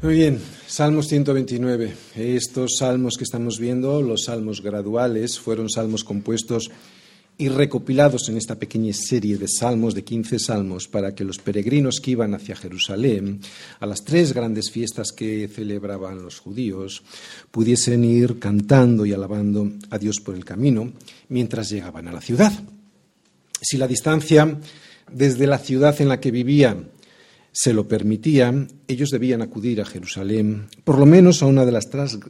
Muy bien, Salmos 129. Estos salmos que estamos viendo, los salmos graduales, fueron salmos compuestos y recopilados en esta pequeña serie de salmos, de 15 salmos, para que los peregrinos que iban hacia Jerusalén, a las 3 grandes fiestas que celebraban los judíos, pudiesen ir cantando y alabando a Dios por el camino mientras llegaban a la ciudad. Si la distancia desde la ciudad en la que vivían se lo permitía, ellos debían acudir a Jerusalén, por lo menos a una de las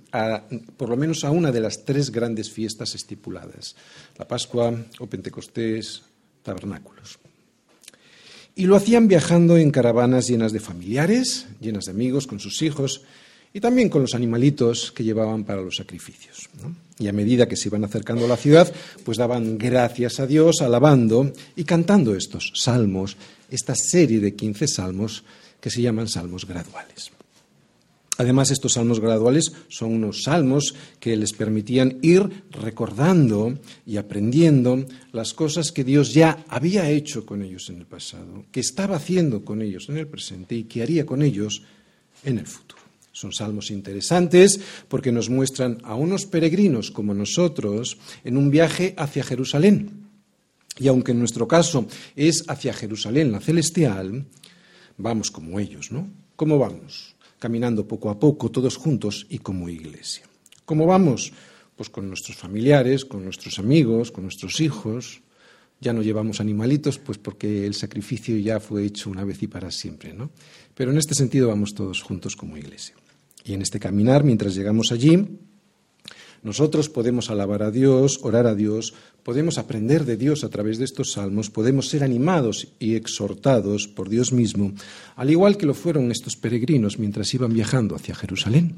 3 grandes fiestas estipuladas, la Pascua o Pentecostés, tabernáculos. Y lo hacían viajando en caravanas llenas de familiares, llenas de amigos, con sus hijos y también con los animalitos que llevaban para los sacrificios, ¿no? Y a medida que se iban acercando a la ciudad, pues daban gracias a Dios, alabando y cantando estos salmos, esta serie de 15 salmos que se llaman salmos graduales. Además, estos salmos graduales son unos salmos que les permitían ir recordando y aprendiendo las cosas que Dios ya había hecho con ellos en el pasado, que estaba haciendo con ellos en el presente y que haría con ellos en el futuro. Son salmos interesantes porque nos muestran a unos peregrinos como nosotros en un viaje hacia Jerusalén. Y aunque en nuestro caso es hacia Jerusalén la celestial, vamos como ellos, ¿no? ¿Cómo vamos? Caminando poco a poco, todos juntos y como iglesia. ¿Cómo vamos? Pues con nuestros familiares, con nuestros amigos, con nuestros hijos. Ya no llevamos animalitos, pues porque el sacrificio ya fue hecho una vez y para siempre, ¿no? Pero en este sentido vamos todos juntos como iglesia. Y en este caminar, mientras llegamos allí, nosotros podemos alabar a Dios, orar a Dios, podemos aprender de Dios a través de estos salmos, podemos ser animados y exhortados por Dios mismo, al igual que lo fueron estos peregrinos mientras iban viajando hacia Jerusalén.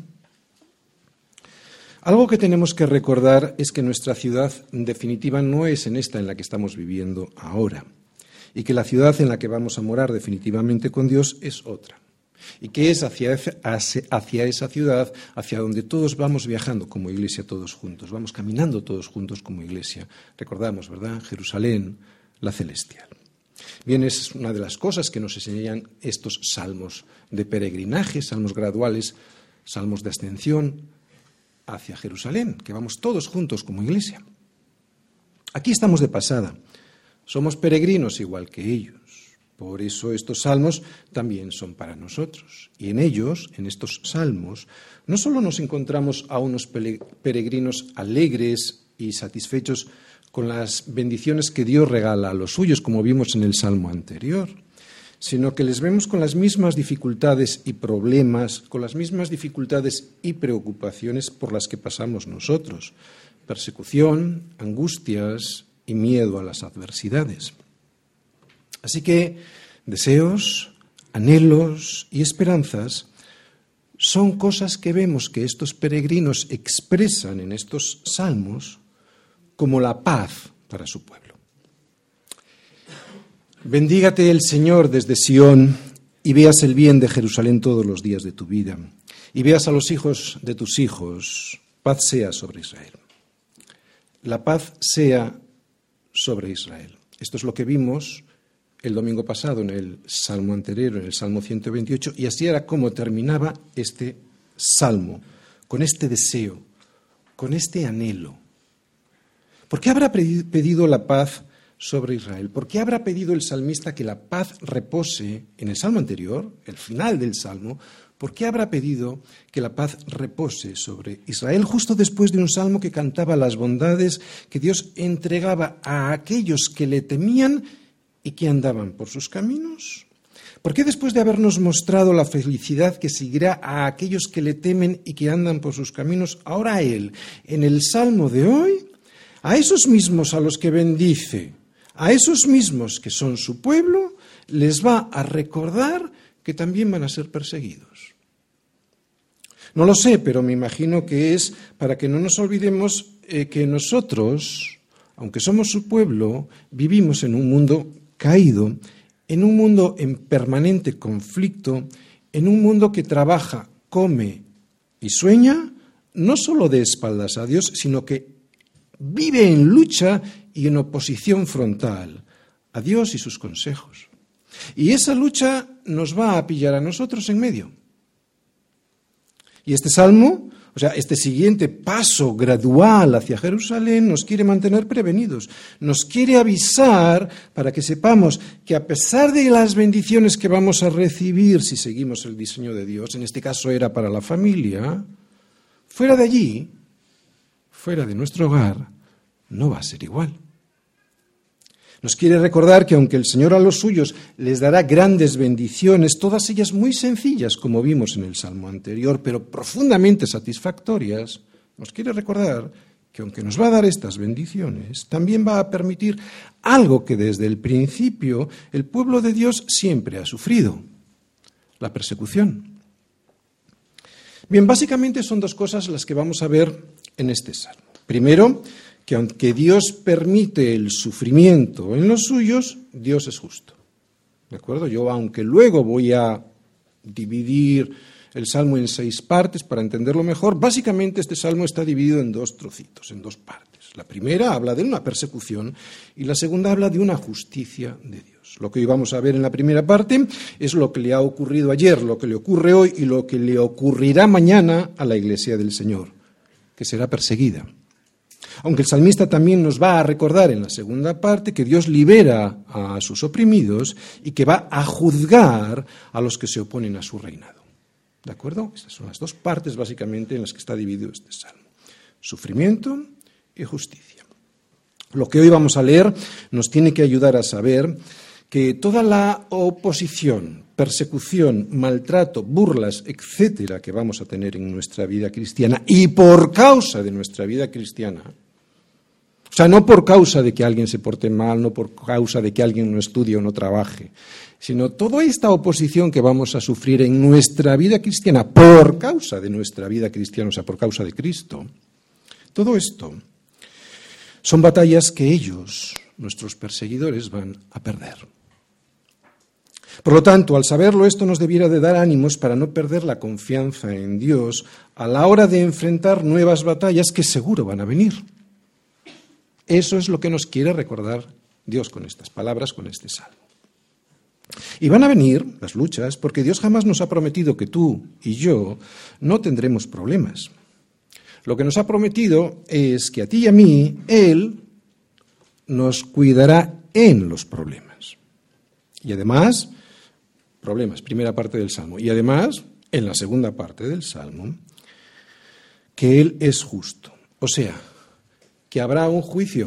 Algo que tenemos que recordar es que nuestra ciudad en definitiva no es en esta en la que estamos viviendo ahora, y que la ciudad en la que vamos a morar definitivamente con Dios es otra. Y que es hacia esa ciudad, hacia donde todos vamos viajando como iglesia todos juntos, vamos caminando todos juntos como iglesia. Recordamos, ¿verdad? Jerusalén, la celestial. Bien, es una de las cosas que nos enseñan estos salmos de peregrinaje, salmos graduales, salmos de ascensión hacia Jerusalén, que vamos todos juntos como iglesia. Aquí estamos de pasada, somos peregrinos igual que ellos. Por eso estos salmos también son para nosotros. Y en ellos, en estos salmos, no solo nos encontramos a unos peregrinos alegres y satisfechos con las bendiciones que Dios regala a los suyos, como vimos en el salmo anterior, sino que les vemos con las mismas dificultades y problemas, con las mismas dificultades y preocupaciones por las que pasamos nosotros: persecución, angustias y miedo a las adversidades. Así que deseos, anhelos y esperanzas son cosas que vemos que estos peregrinos expresan en estos salmos como la paz para su pueblo. Bendígate el Señor desde Sión y veas el bien de Jerusalén todos los días de tu vida, y veas a los hijos de tus hijos. Paz sea sobre Israel. La paz sea sobre Israel. Esto es lo que vimos el domingo pasado en el salmo anterior, en el salmo 128, y así era como terminaba este salmo, con este deseo, con este anhelo. ¿Por qué habrá pedido la paz sobre Israel? ¿Por qué habrá pedido el salmista que la paz repose en el salmo anterior, el final del salmo? ¿Por qué habrá pedido que la paz repose sobre Israel justo después de un salmo que cantaba las bondades que Dios entregaba a aquellos que le temían y que andaban por sus caminos? ¿Por qué después de habernos mostrado la felicidad que seguirá a aquellos que le temen y que andan por sus caminos, ahora Él, en el Salmo de hoy, a esos mismos a los que bendice, a esos mismos que son su pueblo, les va a recordar que también van a ser perseguidos? No lo sé, pero me imagino que es para que no nos olvidemos que nosotros, aunque somos su pueblo, vivimos en un mundo caído, en un mundo en permanente conflicto, en un mundo que trabaja, come y sueña, no solo de espaldas a Dios, sino que vive en lucha y en oposición frontal a Dios y sus consejos. Y esa lucha nos va a pillar a nosotros en medio. Y este salmo, o sea, este siguiente paso gradual hacia Jerusalén nos quiere mantener prevenidos, nos quiere avisar para que sepamos que a pesar de las bendiciones que vamos a recibir si seguimos el diseño de Dios, en este caso era para la familia, fuera de allí, fuera de nuestro hogar, no va a ser igual. Nos quiere recordar que aunque el Señor a los suyos les dará grandes bendiciones, todas ellas muy sencillas, como vimos en el salmo anterior, pero profundamente satisfactorias, nos quiere recordar que aunque nos va a dar estas bendiciones, también va a permitir algo que desde el principio el pueblo de Dios siempre ha sufrido: la persecución. Bien, básicamente son dos cosas las que vamos a ver en este salmo. Primero, que aunque Dios permite el sufrimiento en los suyos, Dios es justo. ¿De acuerdo? Yo, aunque luego voy a dividir el salmo en 6 partes para entenderlo mejor, básicamente este salmo está dividido en 2 trocitos, en 2 partes. La primera habla de una persecución y la segunda habla de una justicia de Dios. Lo que hoy vamos a ver en la primera parte es lo que le ha ocurrido ayer, lo que le ocurre hoy y lo que le ocurrirá mañana a la Iglesia del Señor, que será perseguida. Aunque el salmista también nos va a recordar en la segunda parte que Dios libera a sus oprimidos y que va a juzgar a los que se oponen a su reinado. ¿De acuerdo? Estas son las 2 partes básicamente en las que está dividido este salmo: sufrimiento y justicia. Lo que hoy vamos a leer nos tiene que ayudar a saber que toda la oposición, persecución, maltrato, burlas, etcétera, que vamos a tener en nuestra vida cristiana y por causa de nuestra vida cristiana, o sea, no por causa de que alguien se porte mal, no por causa de que alguien no estudie o no trabaje, sino toda esta oposición que vamos a sufrir en nuestra vida cristiana por causa de nuestra vida cristiana, o sea, por causa de Cristo, todo esto son batallas que ellos, nuestros perseguidores, van a perder. Por lo tanto, al saberlo, esto nos debiera de dar ánimos para no perder la confianza en Dios a la hora de enfrentar nuevas batallas que seguro van a venir. Eso es lo que nos quiere recordar Dios con estas palabras, con este salmo. Y van a venir las luchas porque Dios jamás nos ha prometido que tú y yo no tendremos problemas. Lo que nos ha prometido es que a ti y a mí Él nos cuidará en los problemas. Y además, problemas, primera parte del salmo, y además, en la segunda parte del salmo, que Él es justo. O sea, que habrá un juicio.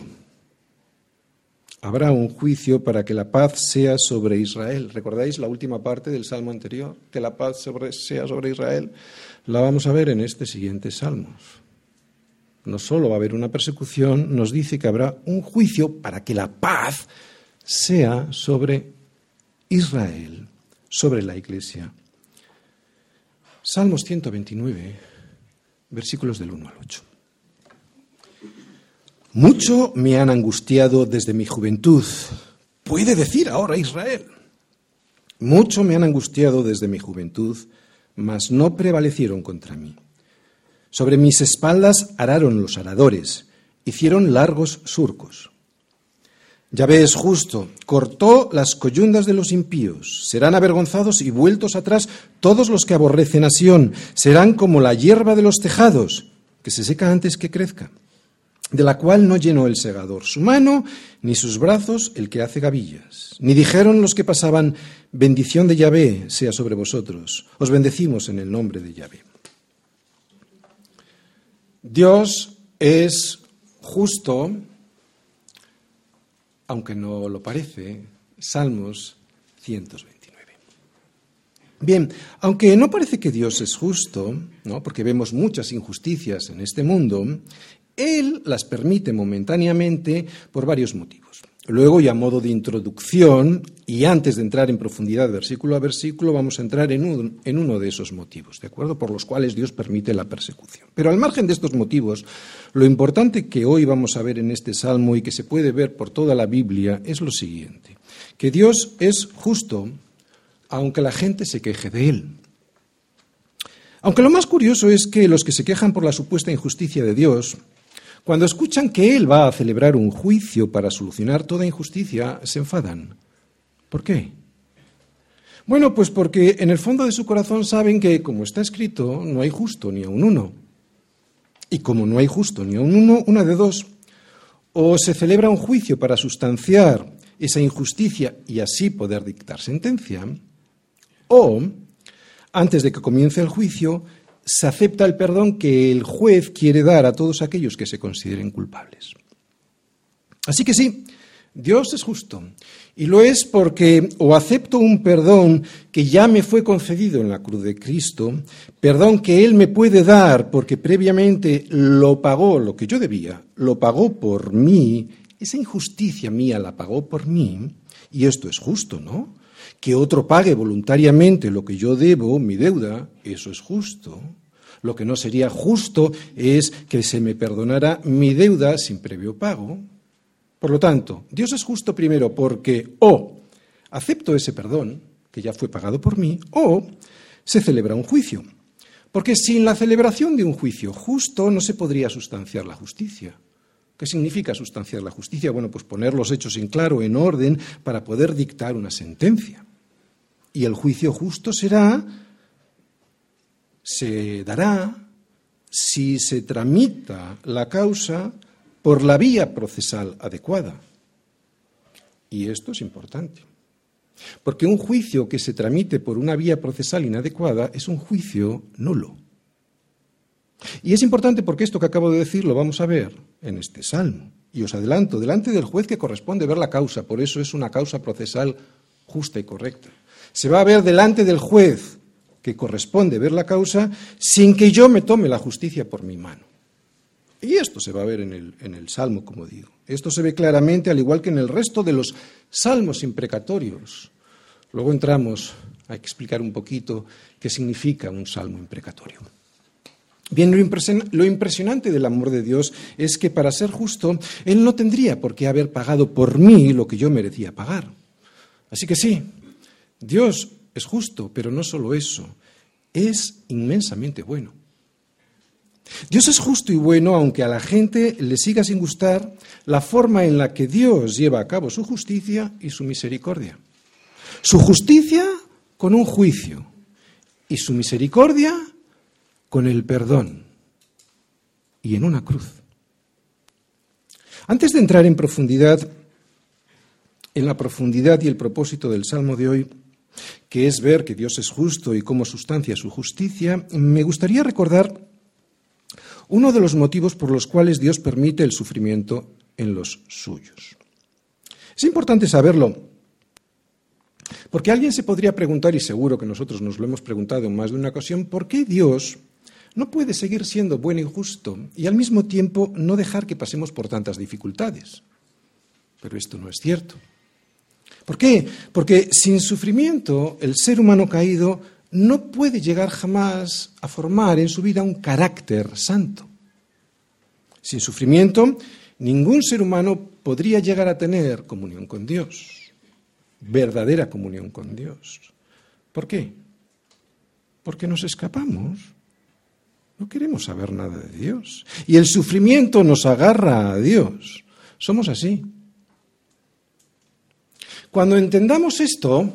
Habrá un juicio para que la paz sea sobre Israel. ¿Recordáis la última parte del salmo anterior? Que la paz sea sobre Israel. La vamos a ver en este siguiente salmo. No solo va a haber una persecución, nos dice que habrá un juicio para que la paz sea sobre Israel, sobre la Iglesia. Salmos 129, versículos del 1 al 8. Mucho me han angustiado desde mi juventud, puede decir ahora Israel. Mucho me han angustiado desde mi juventud, mas no prevalecieron contra mí. Sobre mis espaldas araron los aradores, hicieron largos surcos. Yahvé es justo, cortó las coyundas de los impíos. Serán avergonzados y vueltos atrás todos los que aborrecen a Sión. Serán como la hierba de los tejados, que se seca antes que crezca, de la cual no llenó el segador su mano, ni sus brazos el que hace gavillas. Ni dijeron los que pasaban, bendición de Yahvé sea sobre vosotros. Os bendecimos en el nombre de Yahvé. Dios es justo, aunque no lo parece. Salmos 129. Bien, aunque no parece que Dios es justo, ¿no?, porque vemos muchas injusticias en este mundo, Él las permite momentáneamente por varios motivos. Luego, y a modo de introducción, y antes de entrar en profundidad versículo a versículo, vamos a entrar en uno de esos motivos, ¿de acuerdo?, por los cuales Dios permite la persecución. Pero al margen de estos motivos, lo importante que hoy vamos a ver en este salmo y que se puede ver por toda la Biblia es lo siguiente: que Dios es justo, aunque la gente se queje de Él. Aunque lo más curioso es que los que se quejan por la supuesta injusticia de Dios, cuando escuchan que Él va a celebrar un juicio para solucionar toda injusticia, se enfadan. ¿Por qué? Bueno, pues porque en el fondo de su corazón saben que, como está escrito, no hay justo ni aun uno. Y como no hay justo ni aun uno, una de dos: o se celebra un juicio para sustanciar esa injusticia y así poder dictar sentencia, o, antes de que comience el juicio, se acepta el perdón que el juez quiere dar a todos aquellos que se consideren culpables. Así que sí, Dios es justo, y lo es porque o acepto un perdón que ya me fue concedido en la cruz de Cristo, perdón que Él me puede dar porque previamente lo pagó, lo que yo debía, lo pagó por mí, esa injusticia mía la pagó por mí, y esto es justo, ¿no? Que otro pague voluntariamente lo que yo debo, mi deuda, eso es justo. Lo que no sería justo es que se me perdonara mi deuda sin previo pago. Por lo tanto, Dios es justo primero porque o acepto ese perdón, que ya fue pagado por mí, o se celebra un juicio. Porque sin la celebración de un juicio justo no se podría sustanciar la justicia. ¿Qué significa sustanciar la justicia? Bueno, pues poner los hechos en claro, en orden, para poder dictar una sentencia. Y el juicio justo se dará si se tramita la causa por la vía procesal adecuada. Y esto es importante, porque un juicio que se tramite por una vía procesal inadecuada es un juicio nulo. Y es importante porque esto que acabo de decir lo vamos a ver en este salmo. Y os adelanto, delante del juez que corresponde ver la causa, por eso es una causa procesal justa y correcta. Se va a ver delante del juez que corresponde ver la causa sin que yo me tome la justicia por mi mano. Y esto se va a ver en el Salmo, como digo. Esto se ve claramente, al igual que en el resto de los salmos imprecatorios. Luego entramos a explicar un poquito qué significa un salmo imprecatorio. Bien, lo impresionante del amor de Dios es que para ser justo, Él no tendría por qué haber pagado por mí lo que yo merecía pagar. Así que sí, Dios es justo, pero no solo eso, es inmensamente bueno. Dios es justo y bueno, aunque a la gente le siga sin gustar la forma en la que Dios lleva a cabo su justicia y su misericordia. Su justicia con un juicio y su misericordia con el perdón y en una cruz. Antes de entrar en la profundidad y el propósito del Salmo de hoy, que es ver que Dios es justo y cómo sustancia su justicia, me gustaría recordar uno de los motivos por los cuales Dios permite el sufrimiento en los suyos. Es importante saberlo, porque alguien se podría preguntar, y seguro que nosotros nos lo hemos preguntado en más de una ocasión, ¿por qué Dios no puede seguir siendo bueno y justo y al mismo tiempo no dejar que pasemos por tantas dificultades? Pero esto no es cierto. ¿Por qué? Porque sin sufrimiento el ser humano caído no puede llegar jamás a formar en su vida un carácter santo. Sin sufrimiento, ningún ser humano podría llegar a tener comunión con Dios, verdadera comunión con Dios. ¿Por qué? Porque nos escapamos. No queremos saber nada de Dios. Y el sufrimiento nos agarra a Dios. Somos así. Cuando entendamos esto,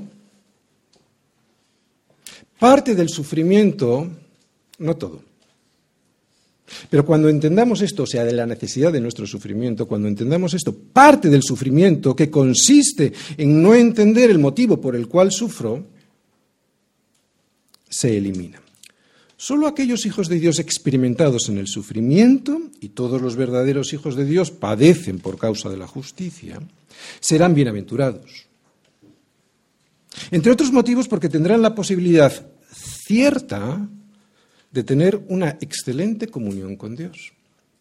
parte del sufrimiento, no todo, pero cuando entendamos esto, o sea, de la necesidad de nuestro sufrimiento, cuando entendamos esto, parte del sufrimiento que consiste en no entender el motivo por el cual sufro, se elimina. Solo aquellos hijos de Dios experimentados en el sufrimiento, y todos los verdaderos hijos de Dios padecen por causa de la justicia, serán bienaventurados. Entre otros motivos porque tendrán la posibilidad cierta de tener una excelente comunión con Dios.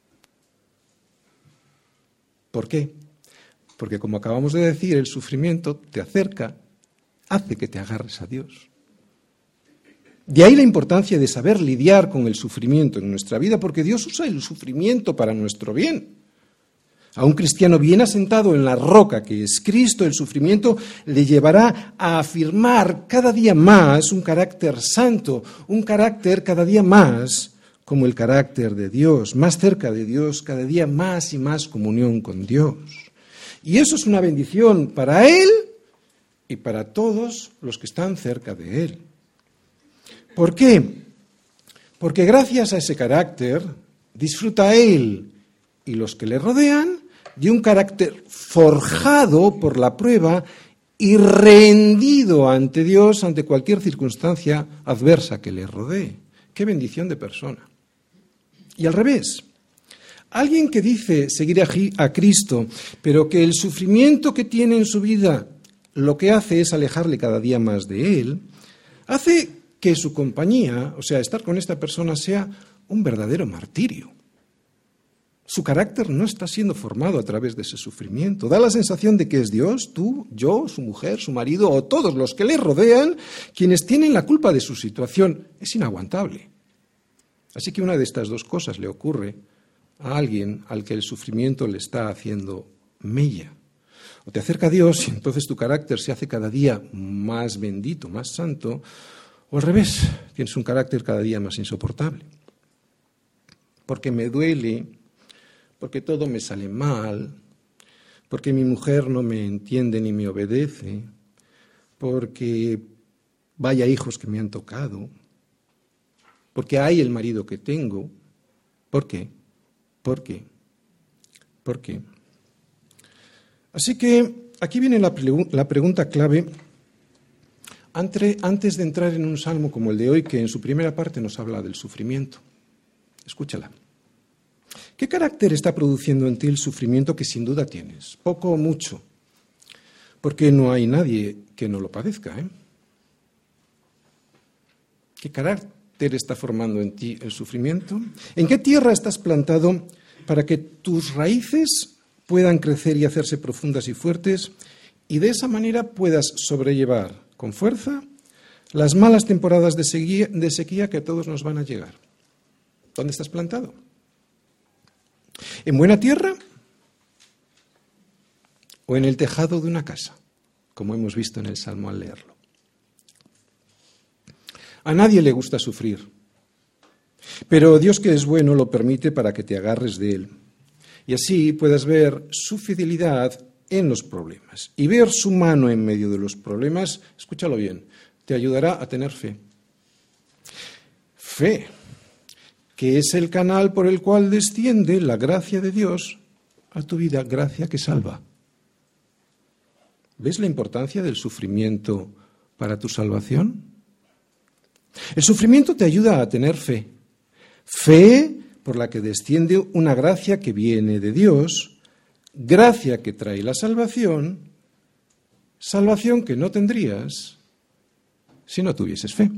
¿Por qué? Porque, como acabamos de decir, el sufrimiento te acerca, hace que te agarres a Dios. De ahí la importancia de saber lidiar con el sufrimiento en nuestra vida, porque Dios usa el sufrimiento para nuestro bien. A un cristiano bien asentado en la roca que es Cristo, el sufrimiento le llevará a afirmar cada día más un carácter santo, un carácter cada día más como el carácter de Dios, más cerca de Dios, cada día más y más comunión con Dios. Y eso es una bendición para él y para todos los que están cerca de Él. ¿Por qué? Porque gracias a ese carácter disfruta Él y los que le rodean de un carácter forjado por la prueba y rendido ante Dios ante cualquier circunstancia adversa que le rodee. ¡Qué bendición de persona! Y al revés, alguien que dice seguir a Cristo, pero que el sufrimiento que tiene en su vida lo que hace es alejarle cada día más de Él, hace que su compañía, o sea, estar con esta persona, sea un verdadero martirio. Su carácter no está siendo formado a través de ese sufrimiento. Da la sensación de que es Dios, tú, yo, su mujer, su marido o todos los que le rodean quienes tienen la culpa de su situación. Es inaguantable. Así que una de estas dos cosas le ocurre a alguien al que el sufrimiento le está haciendo mella. O te acerca a Dios y entonces tu carácter se hace cada día más bendito, más santo, o al revés, tienes un carácter cada día más insoportable. Porque me duele, porque todo me sale mal, porque mi mujer no me entiende ni me obedece, porque vaya hijos que me han tocado, porque hay el marido que tengo. ¿Por qué? ¿Por qué? ¿Por qué? Así que aquí viene la pregunta clave antes de entrar en un salmo como el de hoy, que en su primera parte nos habla del sufrimiento. Escúchala. ¿Qué carácter está produciendo en ti el sufrimiento que sin duda tienes? Poco o mucho. Porque no hay nadie que no lo padezca, ¿eh? ¿Qué carácter está formando en ti el sufrimiento? ¿En qué tierra estás plantado para que tus raíces puedan crecer y hacerse profundas y fuertes y de esa manera puedas sobrellevar con fuerza las malas temporadas de sequía que a todos nos van a llegar? ¿Dónde estás plantado? ¿En buena tierra o en el tejado de una casa, como hemos visto en el Salmo al leerlo? A nadie le gusta sufrir, pero Dios, que es bueno, lo permite para que te agarres de Él y así puedas ver su fidelidad en los problemas. Y ver su mano en medio de los problemas, escúchalo bien, te ayudará a tener fe. Fe, que es el canal por el cual desciende la gracia de Dios a tu vida, gracia que salva. ¿Ves la importancia del sufrimiento para tu salvación? El sufrimiento te ayuda a tener fe. Fe por la que desciende una gracia que viene de Dios, gracia que trae la salvación, salvación que no tendrías si no tuvieses fe.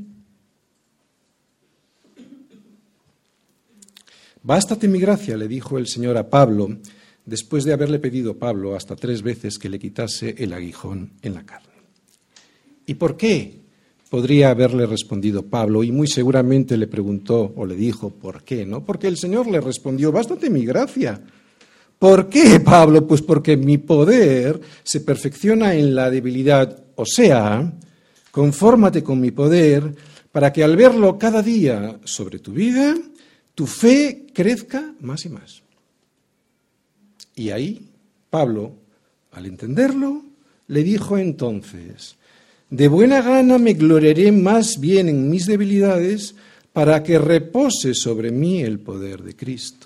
Bástate mi gracia, le dijo el Señor a Pablo, después de haberle pedido Pablo hasta 3 veces que le quitase el aguijón en la carne. ¿Y por qué? Podría haberle respondido Pablo, y muy seguramente le preguntó o le dijo, ¿por qué? ¿No? Porque el Señor le respondió, bástate mi gracia. ¿Por qué, Pablo? Pues porque mi poder se perfecciona en la debilidad, o sea, confórmate con mi poder para que al verlo cada día sobre tu vida, tu fe crezca más y más. Y ahí, Pablo, al entenderlo, le dijo entonces, de buena gana me gloriaré más bien en mis debilidades para que repose sobre mí el poder de Cristo.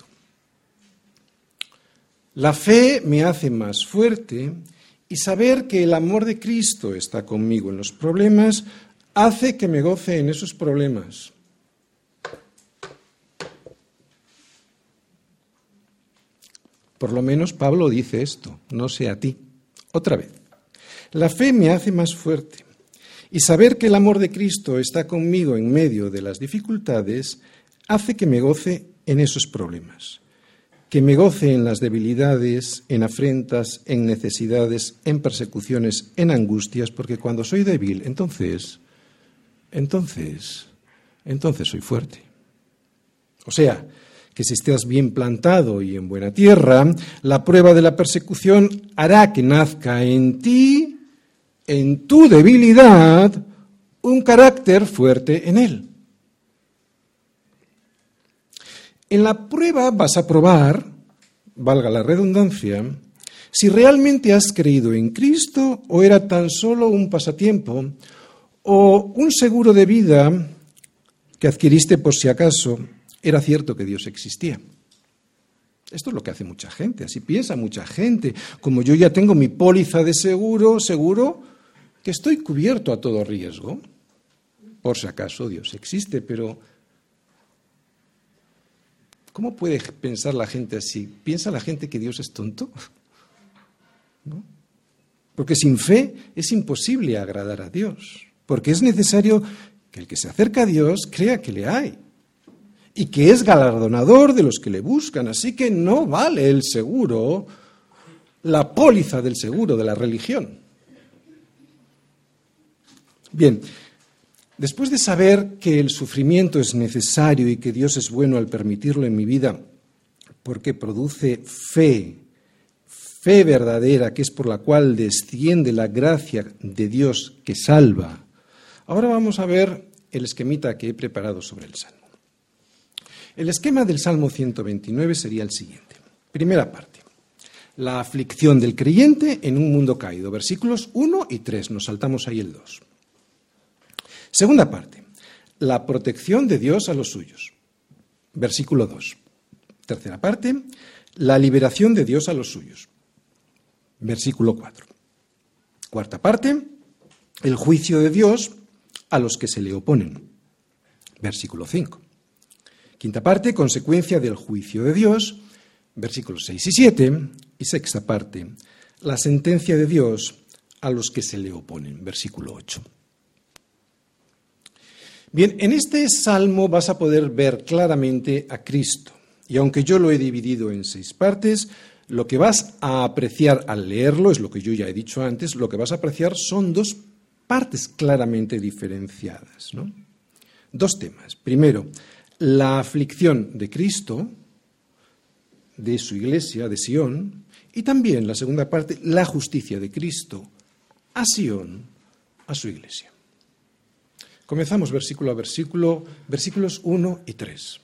La fe me hace más fuerte y saber que el amor de Cristo está conmigo en los problemas hace que me goce en esos problemas. Por lo menos Pablo dice esto, no sé a ti. Otra vez, la fe me hace más fuerte y saber que el amor de Cristo está conmigo en medio de las dificultades hace que me goce en esos problemas, que me goce en las debilidades, en afrentas, en necesidades, en persecuciones, en angustias, porque cuando soy débil, entonces soy fuerte. O sea, que si estás bien plantado y en buena tierra, la prueba de la persecución hará que nazca en ti, en tu debilidad, un carácter fuerte en él. En la prueba vas a probar, valga la redundancia, si realmente has creído en Cristo o era tan solo un pasatiempo o un seguro de vida que adquiriste por si acaso era cierto que Dios existía. Esto es lo que hace mucha gente, así piensa mucha gente. Como yo ya tengo mi póliza de seguro que estoy cubierto a todo riesgo. Por si acaso Dios existe, pero ¿cómo puede pensar la gente así? ¿Piensa la gente que Dios es tonto? ¿No? Porque sin fe es imposible agradar a Dios, porque es necesario que el que se acerca a Dios crea que le hay y que es galardonador de los que le buscan, así que no vale el seguro, la póliza del seguro de la religión. Bien, después de saber que el sufrimiento es necesario y que Dios es bueno al permitirlo en mi vida, porque produce fe verdadera, que es por la cual desciende la gracia de Dios que salva, ahora vamos a ver el esquemita que he preparado sobre el Salmo. El esquema del Salmo 129 sería el siguiente. Primera parte, la aflicción del creyente en un mundo caído, versículos 1 y 3, nos saltamos ahí el 2. Segunda parte, la protección de Dios a los suyos, versículo 2. Tercera parte, la liberación de Dios a los suyos, versículo 4. Cuarta parte, el juicio de Dios a los que se le oponen, versículo 5. Quinta parte, consecuencia del juicio de Dios, versículos 6 y 7. Y sexta parte, la sentencia de Dios a los que se le oponen, versículo 8. Bien, en este salmo vas a poder ver claramente a Cristo. Y aunque yo lo he dividido en 6 partes, lo que vas a apreciar al leerlo, es lo que yo ya he dicho antes, lo que vas a apreciar son 2 partes claramente diferenciadas, ¿no? 2 temas. Primero, la aflicción de Cristo, de su iglesia, de Sión, y también la segunda parte, la justicia de Cristo a Sión, a su iglesia. Comenzamos versículo a versículo, versículos 1 y 3.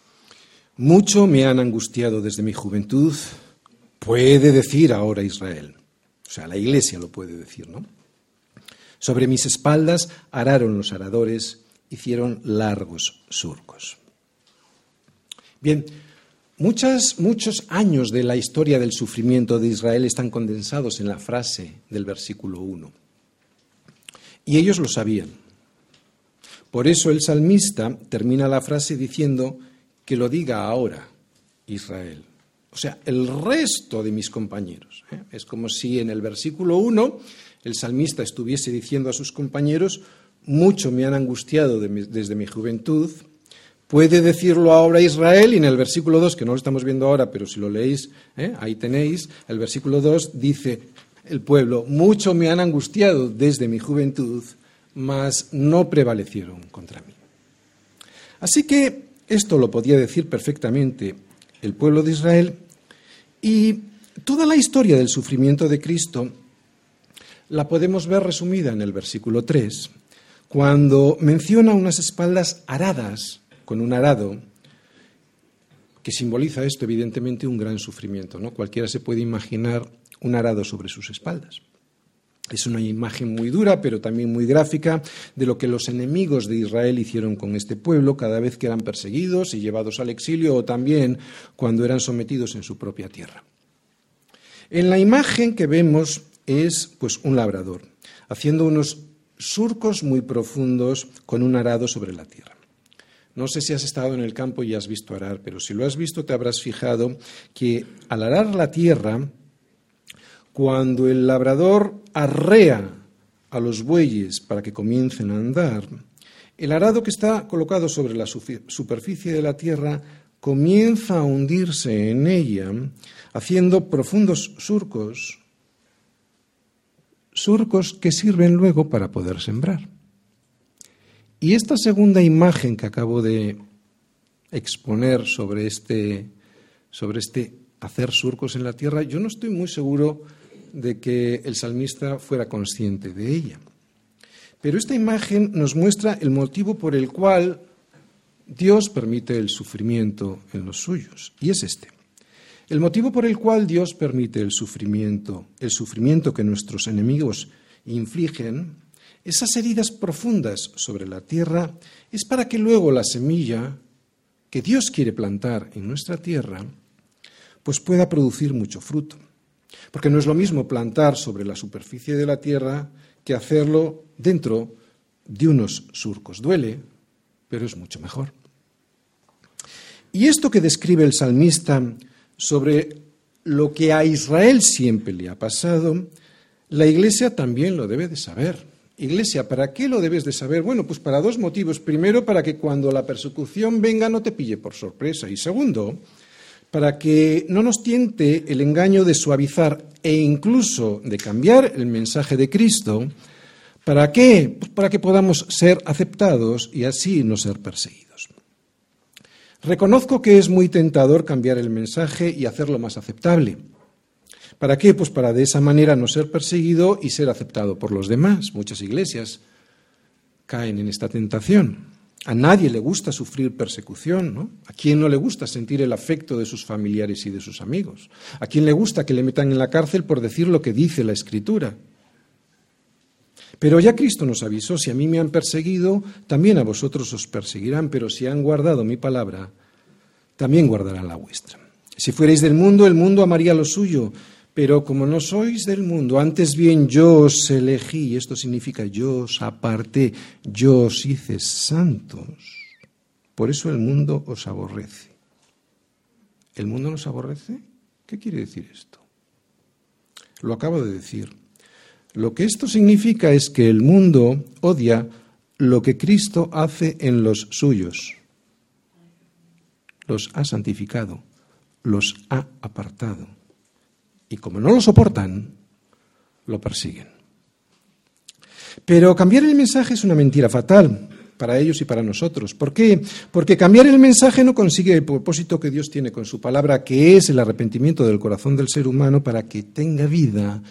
Mucho me han angustiado desde mi juventud, puede decir ahora Israel. O sea, la iglesia lo puede decir, ¿no? Sobre mis espaldas araron los aradores, hicieron largos surcos. Bien, muchos años de la historia del sufrimiento de Israel están condensados en la frase del versículo 1. Y ellos lo sabían. Por eso el salmista termina la frase diciendo que lo diga ahora Israel. O sea, el resto de mis compañeros. Es como si en el versículo 1 el salmista estuviese diciendo a sus compañeros, mucho me han angustiado desde mi juventud. Puede decirlo ahora Israel, y en el versículo 2, que no lo estamos viendo ahora, pero si lo leéis, ahí tenéis, el versículo 2 dice el pueblo, mucho me han angustiado desde mi juventud, mas no prevalecieron contra mí. Así que esto lo podía decir perfectamente el pueblo de Israel, y toda la historia del sufrimiento de Cristo la podemos ver resumida en el versículo 3, cuando menciona unas espaldas aradas con un arado, que simboliza esto, evidentemente, un gran sufrimiento, ¿no? Cualquiera se puede imaginar un arado sobre sus espaldas. Es una imagen muy dura, pero también muy gráfica, de lo que los enemigos de Israel hicieron con este pueblo cada vez que eran perseguidos y llevados al exilio, o también cuando eran sometidos en su propia tierra. En la imagen que vemos es pues un labrador, haciendo unos surcos muy profundos con un arado sobre la tierra. No sé si has estado en el campo y has visto arar, pero si lo has visto te habrás fijado que al arar la tierra, cuando el labrador arrea a los bueyes para que comiencen a andar, el arado que está colocado sobre la superficie de la tierra comienza a hundirse en ella, haciendo profundos surcos que sirven luego para poder sembrar. Y esta segunda imagen que acabo de exponer sobre este hacer surcos en la tierra, yo no estoy muy seguro de que el salmista fuera consciente de ella. Pero esta imagen nos muestra el motivo por el cual Dios permite el sufrimiento en los suyos, y es este. El motivo por el cual Dios permite el sufrimiento que nuestros enemigos infligen, esas heridas profundas sobre la tierra, es para que luego la semilla que Dios quiere plantar en nuestra tierra, pues pueda producir mucho fruto. Porque no es lo mismo plantar sobre la superficie de la tierra que hacerlo dentro de unos surcos. Duele, pero es mucho mejor. Y esto que describe el salmista sobre lo que a Israel siempre le ha pasado, la Iglesia también lo debe de saber. Iglesia, ¿para qué lo debes de saber? Bueno, pues para dos motivos. Primero, para que cuando la persecución venga no te pille por sorpresa. Y segundo, para que no nos tiente el engaño de suavizar e incluso de cambiar el mensaje de Cristo. ¿Para qué? Pues para que podamos ser aceptados y así no ser perseguidos. Reconozco que es muy tentador cambiar el mensaje y hacerlo más aceptable. ¿Para qué? Pues para de esa manera no ser perseguido y ser aceptado por los demás. Muchas iglesias caen en esta tentación. A nadie le gusta sufrir persecución, ¿no? ¿A quién no le gusta sentir el afecto de sus familiares y de sus amigos? ¿A quién le gusta que le metan en la cárcel por decir lo que dice la Escritura? Pero ya Cristo nos avisó, si a mí me han perseguido, también a vosotros os perseguirán, pero si han guardado mi palabra, también guardarán la vuestra. Si fuerais del mundo, el mundo amaría lo suyo, pero como no sois del mundo, antes bien yo os elegí, esto significa yo os aparté, yo os hice santos, por eso el mundo os aborrece. ¿El mundo nos aborrece? ¿Qué quiere decir esto? Lo acabo de decir. Lo que esto significa es que el mundo odia lo que Cristo hace en los suyos. Los ha santificado, los ha apartado. Y como no lo soportan, lo persiguen. Pero cambiar el mensaje es una mentira fatal para ellos y para nosotros. ¿Por qué? Porque cambiar el mensaje no consigue el propósito que Dios tiene con su palabra, que es el arrepentimiento del corazón del ser humano para que tenga vida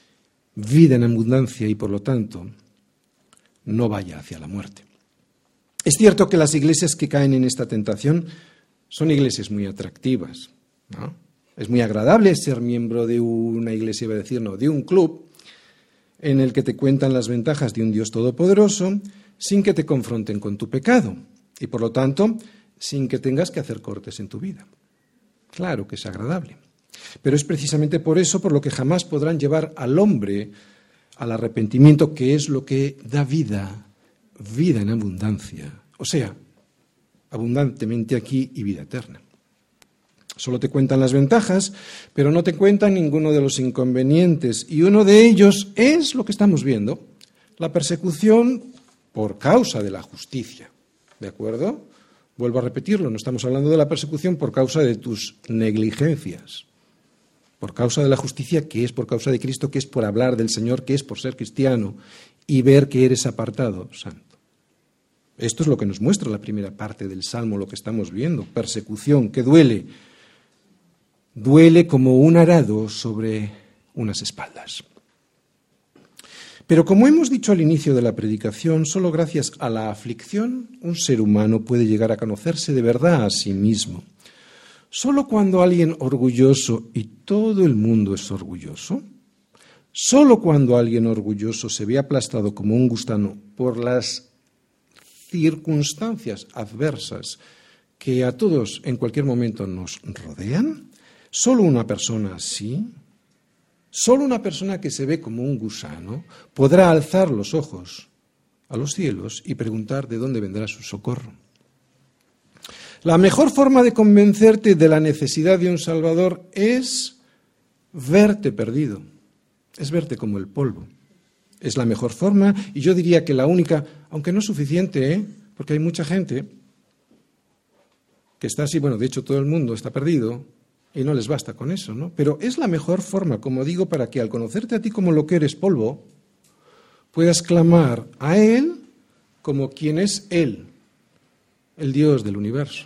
en abundancia y, por lo tanto, no vaya hacia la muerte. Es cierto que las iglesias que caen en esta tentación son iglesias muy atractivas, ¿no? Es muy agradable ser miembro de una iglesia, iba a decir, no, de un club en el que te cuentan las ventajas de un Dios todopoderoso sin que te confronten con tu pecado y, por lo tanto, sin que tengas que hacer cortes en tu vida. Claro que es agradable. Pero es precisamente por eso por lo que jamás podrán llevar al hombre al arrepentimiento, que es lo que da vida en abundancia. O sea, abundantemente aquí y vida eterna. Solo te cuentan las ventajas, pero no te cuentan ninguno de los inconvenientes. Y uno de ellos es lo que estamos viendo, la persecución por causa de la justicia. ¿De acuerdo? Vuelvo a repetirlo, no estamos hablando de la persecución por causa de tus negligencias. Por causa de la justicia, que es por causa de Cristo, que es por hablar del Señor, que es por ser cristiano y ver que eres apartado, santo. Esto es lo que nos muestra la primera parte del Salmo, lo que estamos viendo. Persecución que duele. Duele como un arado sobre unas espaldas. Pero como hemos dicho al inicio de la predicación, solo gracias a la aflicción un ser humano puede llegar a conocerse de verdad a sí mismo. Solo cuando alguien orgulloso, y todo el mundo es orgulloso, solo cuando alguien orgulloso se ve aplastado como un gusano por las circunstancias adversas que a todos en cualquier momento nos rodean, solo una persona así, solo una persona que se ve como un gusano, podrá alzar los ojos a los cielos y preguntar de dónde vendrá su socorro. La mejor forma de convencerte de la necesidad de un Salvador es verte perdido, es verte como el polvo. Es la mejor forma y yo diría que la única, aunque no es suficiente, porque hay mucha gente que está así, bueno, de hecho todo el mundo está perdido y no les basta con eso, ¿no? Pero es la mejor forma, como digo, para que al conocerte a ti como lo que eres polvo, puedas clamar a Él como quien es Él, el Dios del universo.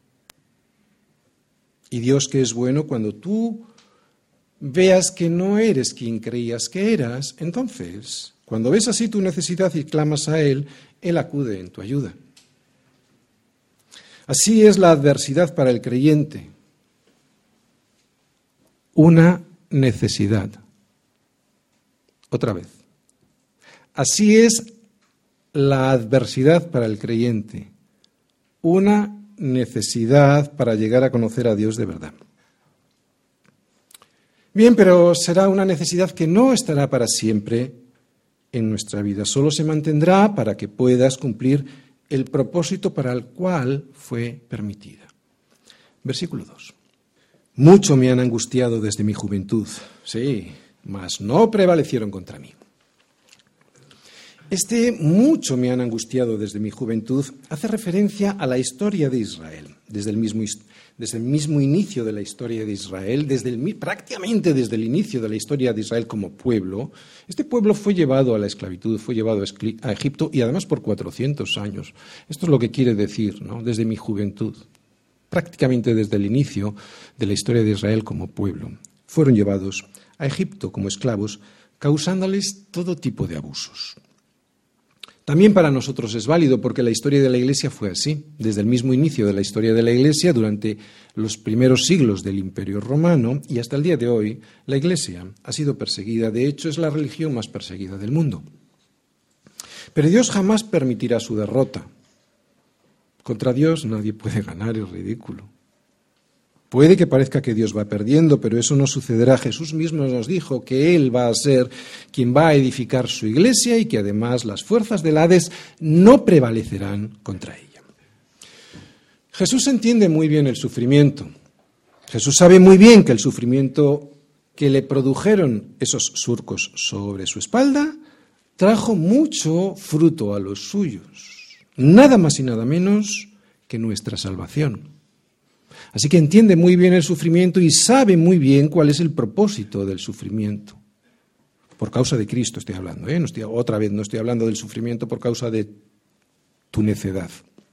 Y Dios que es bueno cuando tú veas que no eres quien creías que eras, entonces, cuando ves así tu necesidad y clamas a Él, Él acude en tu ayuda. Así es la adversidad para el creyente. una necesidad. Otra vez. Así es la adversidad para el creyente, una necesidad para llegar a conocer a Dios de verdad. Bien, pero será una necesidad que no estará para siempre en nuestra vida, solo se mantendrá para que puedas cumplir el propósito para el cual fue permitida. Versículo 2. Mucho me han angustiado desde mi juventud, sí, mas no prevalecieron contra mí. Mucho me han angustiado desde mi juventud hace referencia a la historia de Israel, desde el mismo inicio de la historia de Israel, prácticamente desde el inicio de la historia de Israel como pueblo. Este pueblo fue llevado a la esclavitud, fue llevado a Egipto y además por 400 años. Esto es lo que quiere decir, ¿no? Desde mi juventud, prácticamente desde el inicio de la historia de Israel como pueblo. Fueron llevados a Egipto como esclavos, causándoles todo tipo de abusos. También para nosotros es válido porque la historia de la Iglesia fue así. Desde el mismo inicio de la historia de la Iglesia, durante los primeros siglos del Imperio Romano y hasta el día de hoy, la Iglesia ha sido perseguida. De hecho, es la religión más perseguida del mundo. Pero Dios jamás permitirá su derrota. Contra Dios nadie puede ganar, es ridículo. Puede que parezca que Dios va perdiendo, pero eso no sucederá. Jesús mismo nos dijo que Él va a ser quien va a edificar su iglesia y que además las fuerzas del Hades no prevalecerán contra ella. Jesús entiende muy bien el sufrimiento. Jesús sabe muy bien que el sufrimiento que le produjeron esos surcos sobre su espalda trajo mucho fruto a los suyos. Nada más y nada menos que nuestra salvación. Así que entiende muy bien el sufrimiento y sabe muy bien cuál es el propósito del sufrimiento. Por causa de Cristo estoy hablando, ¿eh? No estoy hablando del sufrimiento por causa de tu necedad.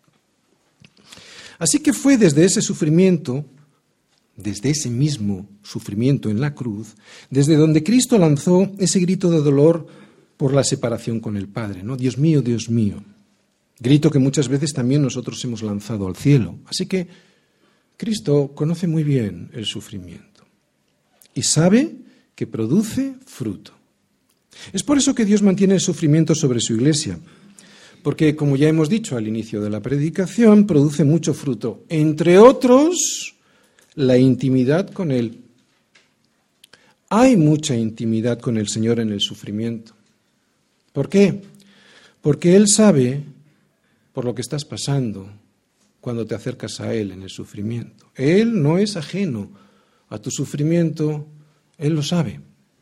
Así que fue desde ese sufrimiento, desde ese mismo sufrimiento en la cruz, desde donde Cristo lanzó ese grito de dolor por la separación con el Padre, ¿no? Dios mío, grito que muchas veces también nosotros hemos lanzado al cielo. Así que Cristo conoce muy bien el sufrimiento y sabe que produce fruto. Es por eso que Dios mantiene el sufrimiento sobre su iglesia, porque, como ya hemos dicho al inicio de la predicación, produce mucho fruto, entre otros, la intimidad con Él. Hay mucha intimidad con el Señor en el sufrimiento. ¿Por qué? Porque Él sabe por lo que estás pasando cuando te acercas a Él en el sufrimiento. Él no es ajeno a tu sufrimiento, Él lo sabe.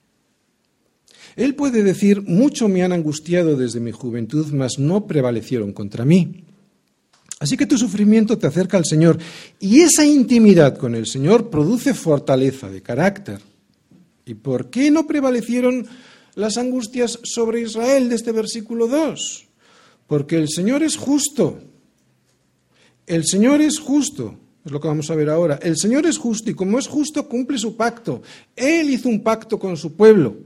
Él puede decir, mucho me han angustiado desde mi juventud, mas no prevalecieron contra mí. Así que tu sufrimiento te acerca al Señor y esa intimidad con el Señor produce fortaleza de carácter. ¿Y por qué no prevalecieron las angustias sobre Israel de este versículo 2? Porque el Señor es justo. El Señor es justo, es lo que vamos a ver ahora. El Señor es justo y como es justo cumple su pacto. Él hizo un pacto con su pueblo.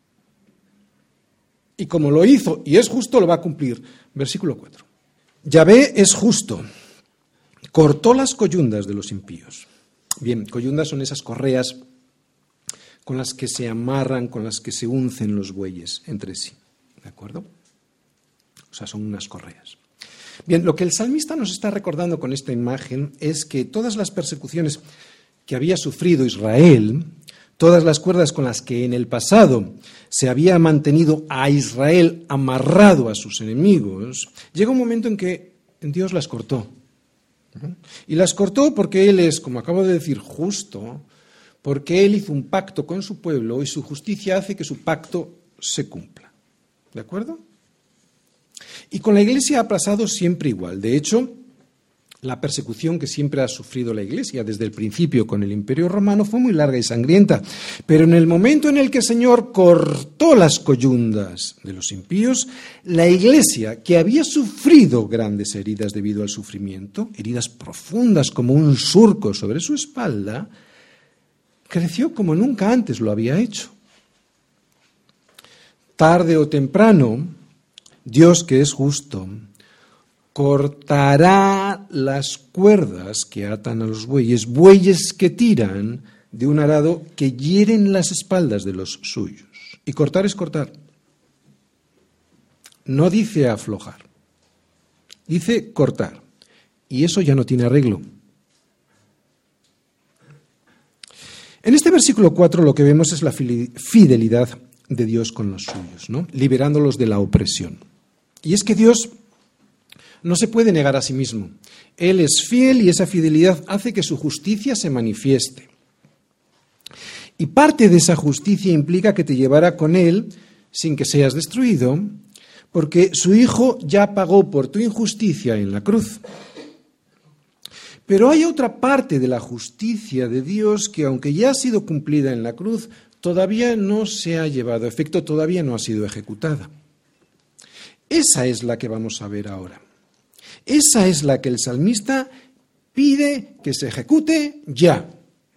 Y como lo hizo y es justo, lo va a cumplir. Versículo 4. Yahvé es justo, cortó las coyundas de los impíos. Bien, coyundas son esas correas con las que se amarran, con las que se uncen los bueyes entre sí. ¿De acuerdo? O sea, son unas correas. Bien, lo que el salmista nos está recordando con esta imagen es que todas las persecuciones que había sufrido Israel, todas las cuerdas con las que en el pasado se había mantenido a Israel amarrado a sus enemigos, llega un momento en que Dios las cortó. Y las cortó porque Él es, como acabo de decir, justo, porque Él hizo un pacto con su pueblo y su justicia hace que su pacto se cumpla. ¿De acuerdo? Y con la Iglesia ha pasado siempre igual. De hecho, la persecución que siempre ha sufrido la Iglesia desde el principio con el Imperio Romano fue muy larga y sangrienta. Pero en el momento en el que el Señor cortó las coyundas de los impíos, la Iglesia, que había sufrido grandes heridas debido al sufrimiento, heridas profundas como un surco sobre su espalda, creció como nunca antes lo había hecho. Tarde o temprano, Dios, que es justo, cortará las cuerdas que atan a los bueyes, bueyes que tiran de un arado que hieren las espaldas de los suyos. Y cortar es cortar. No dice aflojar, dice cortar. Y eso ya no tiene arreglo. En este versículo 4 lo que vemos es la fidelidad de Dios con los suyos, ¿no? Liberándolos de la opresión. Y es que Dios no se puede negar a sí mismo. Él es fiel y esa fidelidad hace que su justicia se manifieste. Y parte de esa justicia implica que te llevará con Él sin que seas destruido, porque su Hijo ya pagó por tu injusticia en la cruz. Pero hay otra parte de la justicia de Dios que, aunque ya ha sido cumplida en la cruz, todavía no se ha llevado a efecto, todavía no ha sido ejecutada. Esa es la que vamos a ver ahora. Esa es la que el salmista pide que se ejecute ya.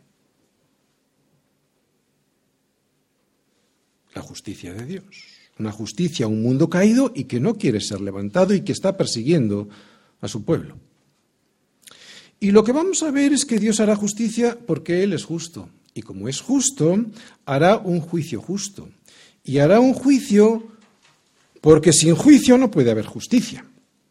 La justicia de Dios. Una justicia a un mundo caído y que no quiere ser levantado y que está persiguiendo a su pueblo. Y lo que vamos a ver es que Dios hará justicia porque Él es justo. Y como es justo, hará un juicio justo. Y hará un juicio porque sin juicio no puede haber justicia.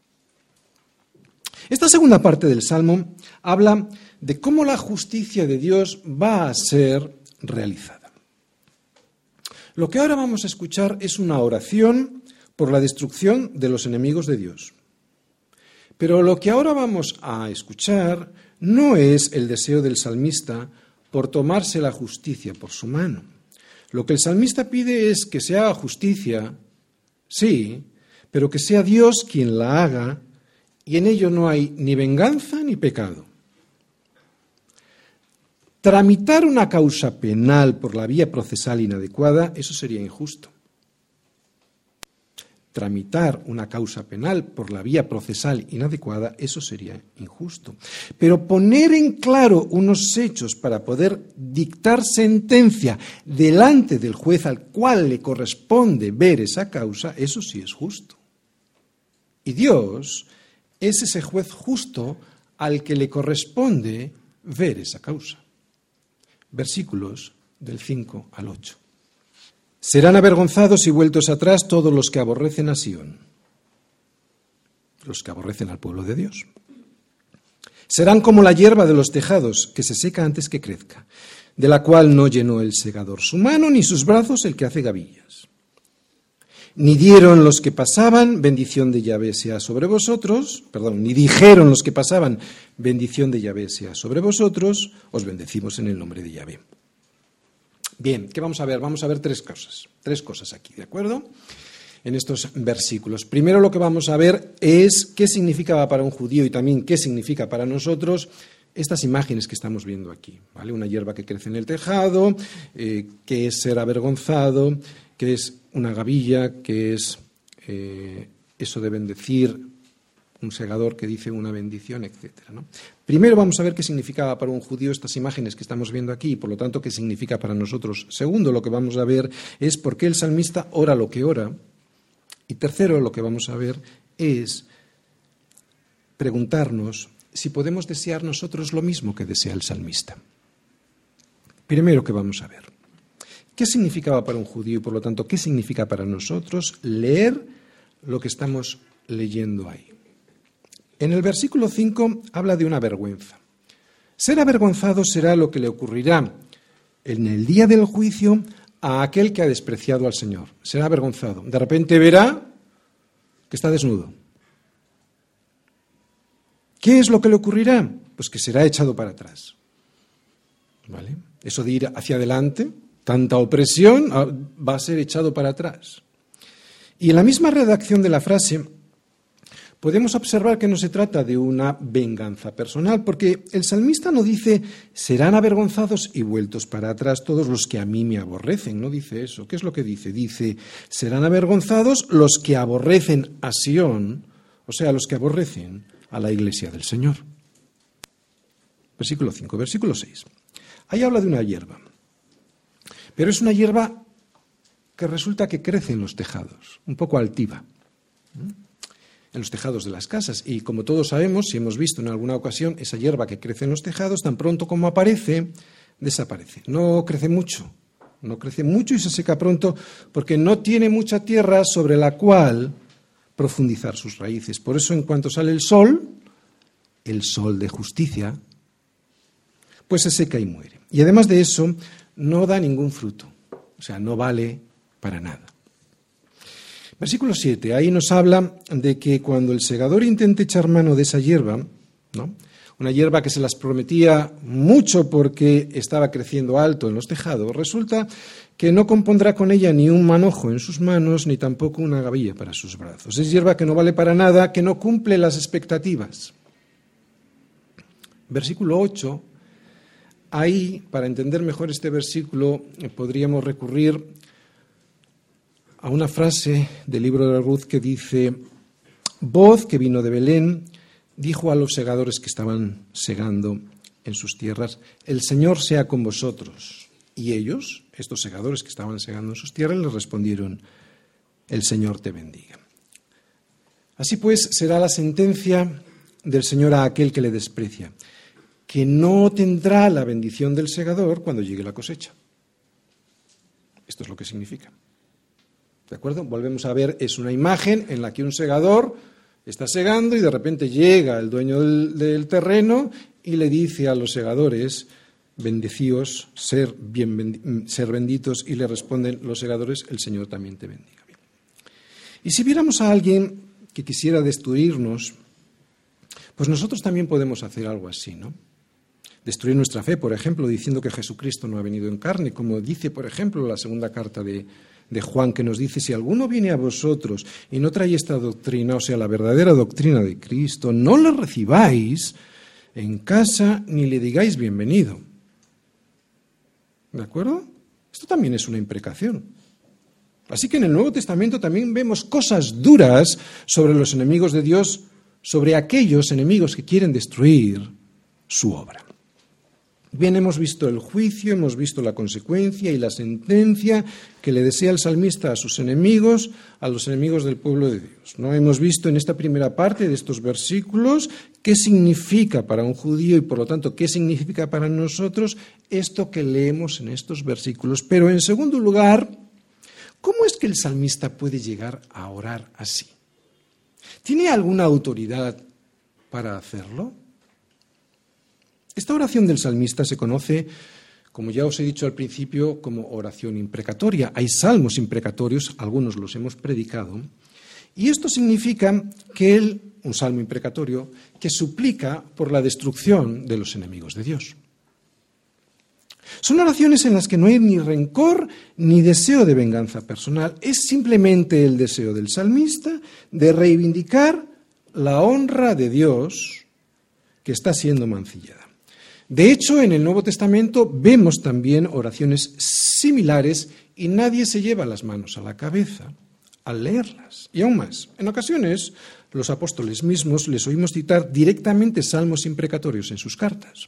Esta segunda parte del Salmo habla de cómo la justicia de Dios va a ser realizada. Lo que ahora vamos a escuchar es una oración por la destrucción de los enemigos de Dios. Pero lo que ahora vamos a escuchar no es el deseo del salmista por tomarse la justicia por su mano. Lo que el salmista pide es que se haga justicia, sí, pero que sea Dios quien la haga, y en ello no hay ni venganza ni pecado. Tramitar una causa penal por la vía procesal inadecuada, eso sería injusto. Tramitar una causa penal por la vía procesal inadecuada, eso sería injusto. Pero poner en claro unos hechos para poder dictar sentencia delante del juez al cual le corresponde ver esa causa, eso sí es justo. Y Dios es ese juez justo al que le corresponde ver esa causa. Versículos del 5 al 8. Serán avergonzados y vueltos atrás todos los que aborrecen a Sión, los que aborrecen al pueblo de Dios. Serán como la hierba de los tejados, que se seca antes que crezca, de la cual no llenó el segador su mano, ni sus brazos el que hace gavillas. Ni dieron los que pasaban, bendición de Yahvé sea sobre vosotros, ni dijeron los que pasaban, bendición de Yahvé sea sobre vosotros, os bendecimos en el nombre de Yahvé. Bien, ¿qué vamos a ver? Vamos a ver tres cosas aquí, ¿de acuerdo? En estos versículos. Primero lo que vamos a ver es qué significaba para un judío y también qué significa para nosotros estas imágenes que estamos viendo aquí, ¿vale? Una hierba que crece en el tejado, qué es ser avergonzado, qué es una gavilla, qué es eso de bendecir, un segador que dice una bendición, etcétera, ¿no? Primero vamos a ver qué significaba para un judío estas imágenes que estamos viendo aquí y por lo tanto qué significa para nosotros. Segundo, lo que vamos a ver es por qué el salmista ora lo que ora. Y tercero, lo que vamos a ver es preguntarnos si podemos desear nosotros lo mismo que desea el salmista. Primero que vamos a ver, ¿qué significaba para un judío y por lo tanto qué significa para nosotros leer lo que estamos leyendo ahí? En el versículo 5 habla de una vergüenza. Ser avergonzado será lo que le ocurrirá en el día del juicio a aquel que ha despreciado al Señor. Será avergonzado. De repente verá que está desnudo. ¿Qué es lo que le ocurrirá? Pues que será echado para atrás. ¿Vale? Eso de ir hacia adelante, tanta opresión, va a ser echado para atrás. Y en la misma redacción de la frase podemos observar que no se trata de una venganza personal, porque el salmista no dice serán avergonzados y vueltos para atrás todos los que a mí me aborrecen, no dice eso. ¿Qué es lo que dice? Dice serán avergonzados los que aborrecen a Sión, o sea, los que aborrecen a la iglesia del Señor. Versículo 5, versículo 6. Ahí habla de una hierba, pero es una hierba que resulta que crece en los tejados, un poco altiva, en los tejados de las casas. Y como todos sabemos, si hemos visto en alguna ocasión, esa hierba que crece en los tejados, tan pronto como aparece, desaparece. No crece mucho y se seca pronto porque no tiene mucha tierra sobre la cual profundizar sus raíces. Por eso, en cuanto sale el sol de justicia, pues se seca y muere. Y además de eso, no da ningún fruto, o sea, no vale para nada. Versículo 7, ahí nos habla de que cuando el segador intente echar mano de esa hierba, ¿no?, una hierba que se las prometía mucho porque estaba creciendo alto en los tejados, resulta que no compondrá con ella ni un manojo en sus manos, ni tampoco una gavilla para sus brazos. Es hierba que no vale para nada, que no cumple las expectativas. Versículo 8, ahí, para entender mejor este versículo, podríamos recurrir a una frase del libro de Ruth que dice: voz que vino de Belén dijo a los segadores que estaban segando en sus tierras: el Señor sea con vosotros. Y ellos, estos segadores que estaban segando en sus tierras, les respondieron: el Señor te bendiga. Así pues, será la sentencia del Señor a aquel que le desprecia, que no tendrá la bendición del segador cuando llegue la cosecha. Esto es lo que significa. ¿De acuerdo? Volvemos a ver, es una imagen en la que un segador está segando y de repente llega el dueño del terreno y le dice a los segadores: bendecíos, ser benditos, y le responden los segadores: el Señor también te bendiga. Bien. Y si viéramos a alguien que quisiera destruirnos, pues nosotros también podemos hacer algo así, ¿no? Destruir nuestra fe, por ejemplo, diciendo que Jesucristo no ha venido en carne, como dice, por ejemplo, la segunda carta de Juan, que nos dice: si alguno viene a vosotros y no trae esta doctrina, o sea, la verdadera doctrina de Cristo, no la recibáis en casa ni le digáis bienvenido. ¿De acuerdo? Esto también es una imprecación. Así que en el Nuevo Testamento también vemos cosas duras sobre los enemigos de Dios, sobre aquellos enemigos que quieren destruir su obra. Bien, hemos visto el juicio, hemos visto la consecuencia y la sentencia que le desea el salmista a sus enemigos, a los enemigos del pueblo de Dios. ¿No? Hemos visto en esta primera parte de estos versículos qué significa para un judío y, por lo tanto, qué significa para nosotros esto que leemos en estos versículos. Pero, en segundo lugar, ¿cómo es que el salmista puede llegar a orar así? ¿Tiene alguna autoridad para hacerlo? Esta oración del salmista se conoce, como ya os he dicho al principio, como oración imprecatoria. Hay salmos imprecatorios, algunos los hemos predicado, y esto significa que un salmo imprecatorio, que suplica por la destrucción de los enemigos de Dios. Son oraciones en las que no hay ni rencor ni deseo de venganza personal, es simplemente el deseo del salmista de reivindicar la honra de Dios que está siendo mancillada. De hecho, en el Nuevo Testamento vemos también oraciones similares y nadie se lleva las manos a la cabeza al leerlas. Y aún más, en ocasiones los apóstoles mismos les oímos citar directamente salmos imprecatorios en sus cartas.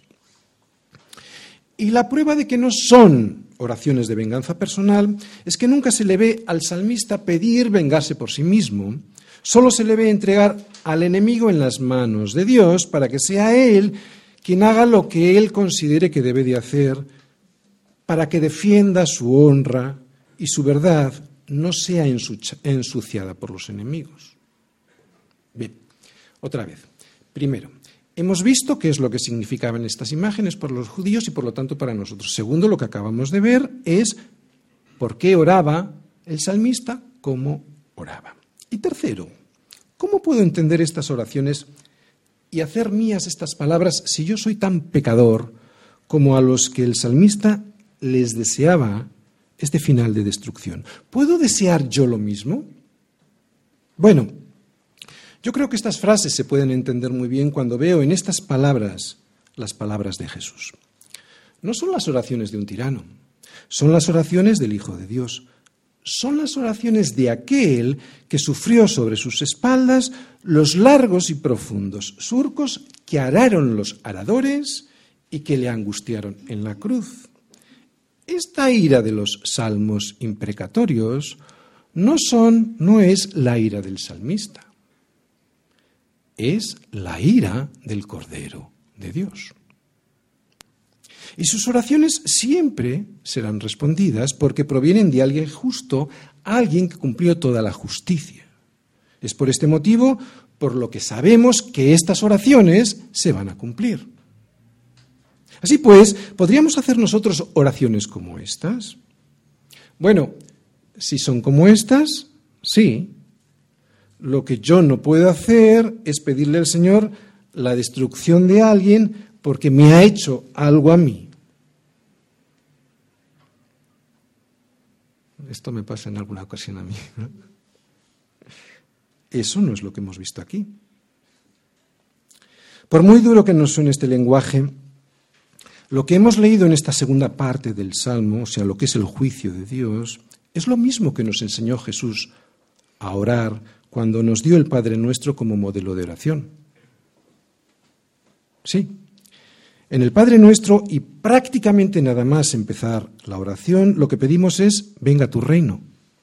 Y la prueba de que no son oraciones de venganza personal es que nunca se le ve al salmista pedir vengarse por sí mismo, solo se le ve entregar al enemigo en las manos de Dios para que sea Él quien haga lo que él considere que debe de hacer para que defienda su honra y su verdad no sea ensuciada por los enemigos. Bien, otra vez. Primero, hemos visto qué es lo que significaban estas imágenes para los judíos y por lo tanto para nosotros. Segundo, lo que acabamos de ver es por qué oraba el salmista, cómo oraba. Y tercero, ¿cómo puedo entender estas oraciones y hacer mías estas palabras si yo soy tan pecador como a los que el salmista les deseaba este final de destrucción? ¿Puedo desear yo lo mismo? Bueno, yo creo que estas frases se pueden entender muy bien cuando veo en estas palabras las palabras de Jesús. No son las oraciones de un tirano, son las oraciones del Hijo de Dios. Son las oraciones de aquel que sufrió sobre sus espaldas los largos y profundos surcos que araron los aradores y que le angustiaron en la cruz. Esta ira de los salmos imprecatorios no es la ira del salmista, es la ira del Cordero de Dios. Y sus oraciones siempre serán respondidas porque provienen de alguien justo, alguien que cumplió toda la justicia. Es por este motivo por lo que sabemos que estas oraciones se van a cumplir. Así pues, ¿podríamos hacer nosotros oraciones como estas? Bueno, si son como estas, sí. Lo que yo no puedo hacer es pedirle al Señor la destrucción de alguien porque me ha hecho algo a mí. Esto me pasa en alguna ocasión a mí, ¿no? Eso no es lo que hemos visto aquí. Por muy duro que nos suene este lenguaje, lo que hemos leído en esta segunda parte del Salmo, o sea, lo que es el juicio de Dios, es lo mismo que nos enseñó Jesús a orar cuando nos dio el Padre Nuestro como modelo de oración. Sí, en el Padre Nuestro y prácticamente nada más empezar la oración, lo que pedimos es, venga tu reino.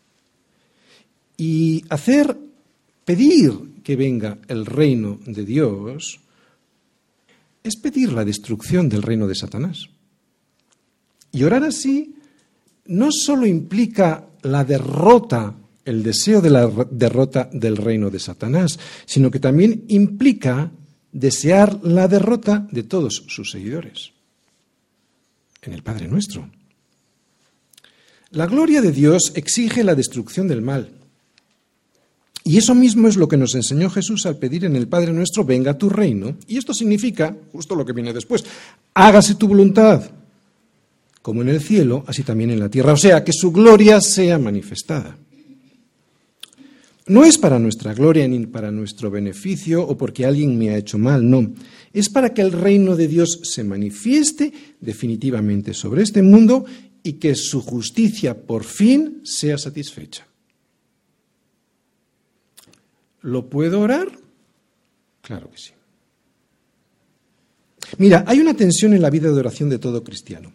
Y pedir que venga el reino de Dios es pedir la destrucción del reino de Satanás. Y orar así no solo implica la derrota, el deseo de la derrota del reino de Satanás, sino que también implica desear la derrota de todos sus seguidores. En el Padre Nuestro. La gloria de Dios exige la destrucción del mal. Y eso mismo es lo que nos enseñó Jesús al pedir en el Padre Nuestro, venga tu reino. Y esto significa, justo lo que viene después, hágase tu voluntad, como en el cielo, así también en la tierra. O sea, que su gloria sea manifestada. No es para nuestra gloria ni para nuestro beneficio o porque alguien me ha hecho mal, no. Es para que el reino de Dios se manifieste definitivamente sobre este mundo y que su justicia por fin sea satisfecha. ¿Lo puedo orar? Claro que sí. Mira, hay una tensión en la vida de oración de todo cristiano,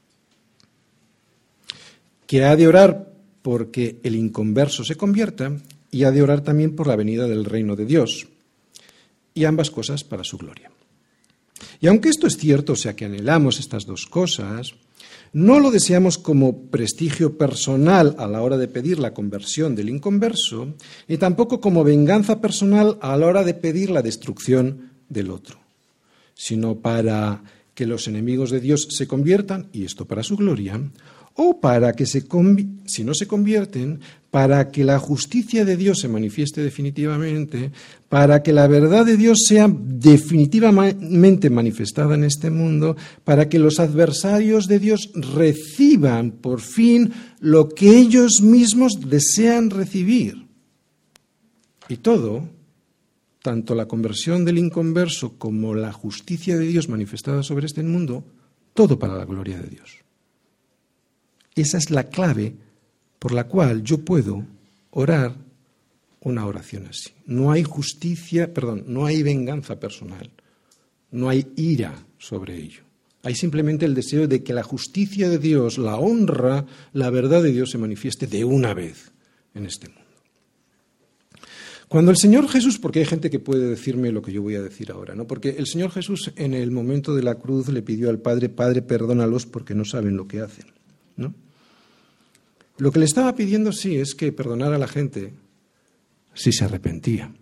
que ha de orar porque el inconverso se convierta y ha de orar también por la venida del reino de Dios, y ambas cosas para su gloria. Y aunque esto es cierto, o sea que anhelamos estas dos cosas, no lo deseamos como prestigio personal a la hora de pedir la conversión del inconverso, ni tampoco como venganza personal a la hora de pedir la destrucción del otro, sino para que los enemigos de Dios se conviertan, y esto para su gloria, o para que si no se convierten, para que la justicia de Dios se manifieste definitivamente, para que la verdad de Dios sea definitivamente manifestada en este mundo, para que los adversarios de Dios reciban por fin lo que ellos mismos desean recibir. Y todo, tanto la conversión del inconverso como la justicia de Dios manifestada sobre este mundo, todo para la gloria de Dios. Esa es la clave por la cual yo puedo orar una oración así. No hay no hay venganza personal, no hay ira sobre ello. Hay simplemente el deseo de que la justicia de Dios, la honra, la verdad de Dios se manifieste de una vez en este mundo. Cuando el Señor Jesús, porque hay gente que puede decirme lo que yo voy a decir ahora, ¿no? Porque el Señor Jesús en el momento de la cruz le pidió al Padre, Padre, perdónalos porque no saben lo que hacen, ¿no? Lo que le estaba pidiendo sí es que perdonara a la gente si se arrepentía.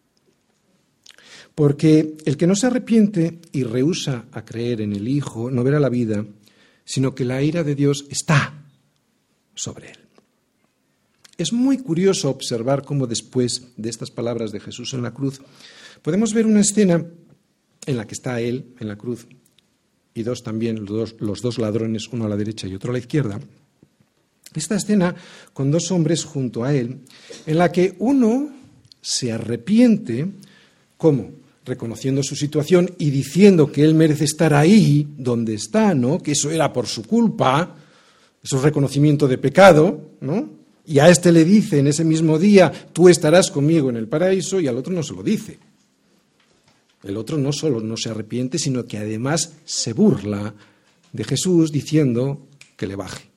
Porque el que no se arrepiente y rehúsa a creer en el Hijo no verá la vida, sino que la ira de Dios está sobre él. Es muy curioso observar cómo después de estas palabras de Jesús en la cruz, podemos ver una escena en la que está él en la cruz y los dos ladrones, uno a la derecha y otro a la izquierda. Esta escena con dos hombres junto a él, en la que uno se arrepiente, ¿cómo? Reconociendo su situación y diciendo que él merece estar ahí donde está, ¿no? Que eso era por su culpa, eso es reconocimiento de pecado, ¿no? Y a este le dice en ese mismo día, tú estarás conmigo en el paraíso, y al otro no se lo dice. El otro no solo no se arrepiente, sino que además se burla de Jesús diciendo que le baje.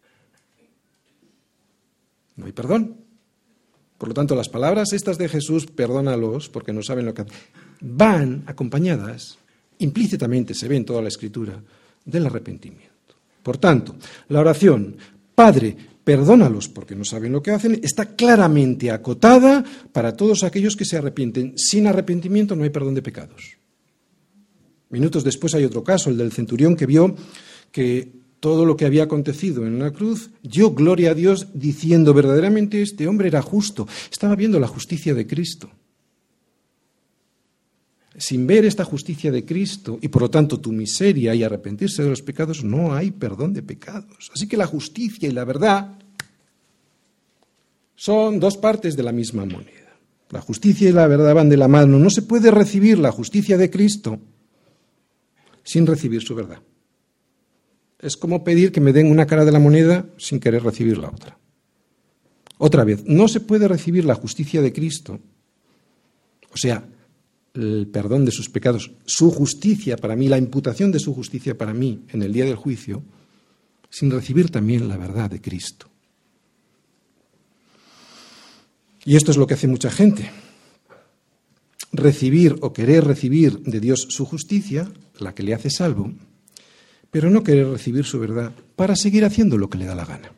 No hay perdón. Por lo tanto, las palabras estas de Jesús, perdónalos porque no saben lo que hacen, van acompañadas, implícitamente se ve en toda la Escritura, del arrepentimiento. Por tanto, la oración, Padre, perdónalos porque no saben lo que hacen, está claramente acotada para todos aquellos que se arrepienten. Sin arrepentimiento no hay perdón de pecados. Minutos después hay otro caso, el del centurión que vio que todo lo que había acontecido en la cruz dio gloria a Dios diciendo verdaderamente este hombre era justo. Estaba viendo la justicia de Cristo. Sin ver esta justicia de Cristo y por lo tanto tu miseria y arrepentirse de los pecados, no hay perdón de pecados. Así que la justicia y la verdad son dos partes de la misma moneda. La justicia y la verdad van de la mano. No se puede recibir la justicia de Cristo sin recibir su verdad. Es como pedir que me den una cara de la moneda sin querer recibir la otra. Otra vez, no se puede recibir la justicia de Cristo, o sea, el perdón de sus pecados, su justicia para mí, la imputación de su justicia para mí en el día del juicio, sin recibir también la verdad de Cristo. Y esto es lo que hace mucha gente. Recibir o querer recibir de Dios su justicia, la que le hace salvo, pero no querer recibir su verdad para seguir haciendo lo que le da la gana.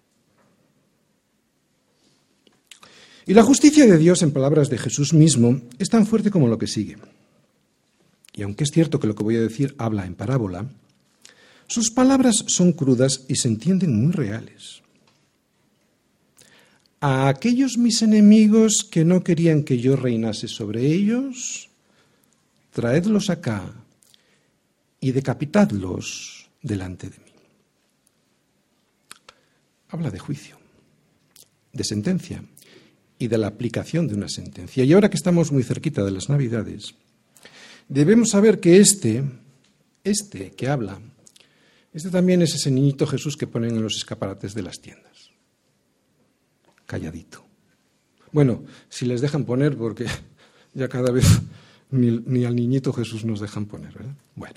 Y la justicia de Dios, en palabras de Jesús mismo, es tan fuerte como lo que sigue. Y aunque es cierto que lo que voy a decir habla en parábola, sus palabras son crudas y se entienden muy reales. A aquellos mis enemigos que no querían que yo reinase sobre ellos, traedlos acá y decapitadlos delante de mí. Habla de juicio, de sentencia y de la aplicación de una sentencia. Y ahora que estamos muy cerquita de las Navidades, debemos saber que este que habla, también es ese niñito Jesús que ponen en los escaparates de las tiendas. Calladito. Bueno, si les dejan poner, porque ya cada vez ni al niñito Jesús nos dejan poner, ¿verdad? Bueno.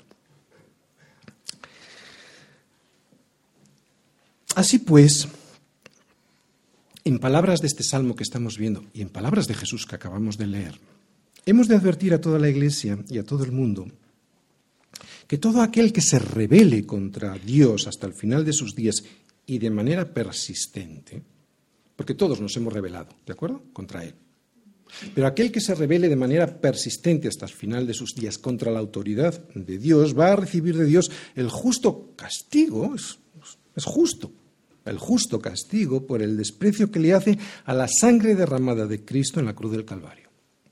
Así pues, en palabras de este salmo que estamos viendo y en palabras de Jesús que acabamos de leer, hemos de advertir a toda la Iglesia y a todo el mundo que todo aquel que se rebele contra Dios hasta el final de sus días y de manera persistente, porque todos nos hemos rebelado, ¿de acuerdo?, contra Él. Pero aquel que se rebele de manera persistente hasta el final de sus días contra la autoridad de Dios va a recibir de Dios el justo castigo, es justo, el justo castigo por el desprecio que le hace a la sangre derramada de Cristo en la cruz del Calvario.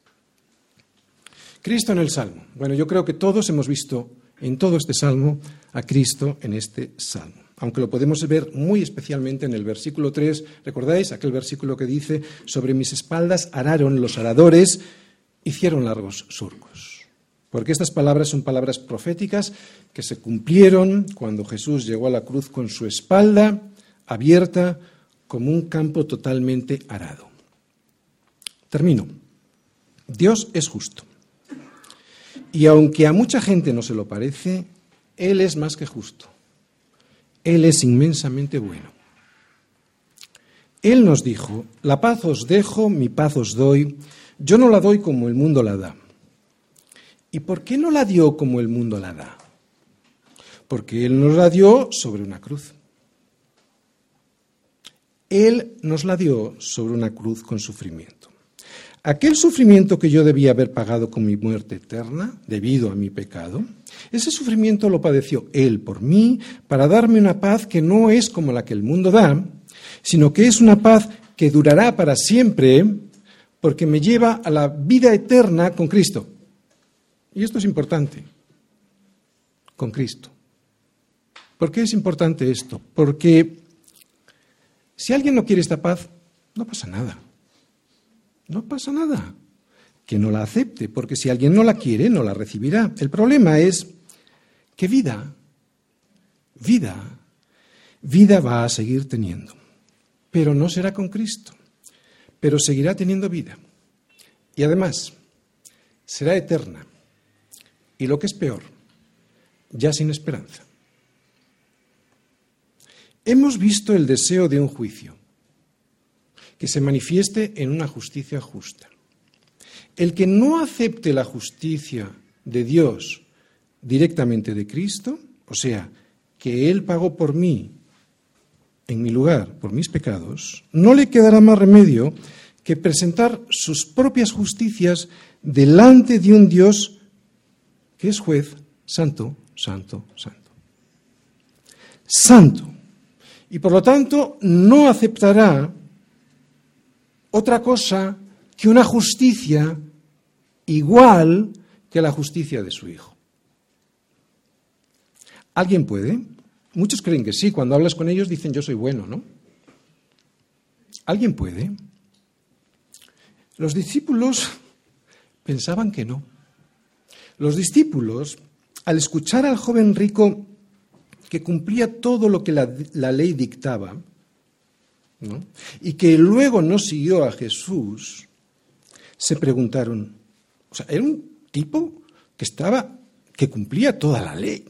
Cristo en el Salmo. Bueno, yo creo que todos hemos visto en todo este Salmo a Cristo en este Salmo. Aunque lo podemos ver muy especialmente en el versículo 3, ¿recordáis aquel versículo que dice: sobre mis espaldas araron los aradores, hicieron largos surcos? Porque estas palabras son palabras proféticas que se cumplieron cuando Jesús llegó a la cruz con su espalda abierta como un campo totalmente arado. Termino. Dios es justo. Y aunque a mucha gente no se lo parece, Él es más que justo. Él es inmensamente bueno. Él nos dijo: la paz os dejo, mi paz os doy. Yo no la doy como el mundo la da. ¿Y por qué no la dio como el mundo la da? Porque Él nos la dio sobre una cruz. Él nos la dio sobre una cruz con sufrimiento. Aquel sufrimiento que yo debía haber pagado con mi muerte eterna, debido a mi pecado, ese sufrimiento lo padeció Él por mí para darme una paz que no es como la que el mundo da, sino que es una paz que durará para siempre porque me lleva a la vida eterna con Cristo. Y esto es importante, con Cristo. ¿Por qué es importante esto? Porque si alguien no quiere esta paz, no pasa nada. No pasa nada. Que no la acepte, porque si alguien no la quiere, no la recibirá. El problema es que vida va a seguir teniendo. Pero no será con Cristo. Pero seguirá teniendo vida. Y además, será eterna. Y lo que es peor, ya sin esperanza. Hemos visto el deseo de un juicio que se manifieste en una justicia justa. El que no acepte la justicia de Dios directamente de Cristo, o sea, que Él pagó por mí, en mi lugar, por mis pecados, no le quedará más remedio que presentar sus propias justicias delante de un Dios que es juez santo, santo, santo. Santo. Y por lo tanto no aceptará otra cosa que una justicia igual que la justicia de su Hijo. ¿Alguien puede? Muchos creen que sí. Cuando hablas con ellos dicen yo soy bueno, ¿no? ¿Alguien puede? Los discípulos pensaban que no. Los discípulos, al escuchar al joven rico que cumplía todo lo que la ley dictaba, ¿no?, y que luego no siguió a Jesús, se preguntaron, o sea, era un tipo que cumplía toda la ley.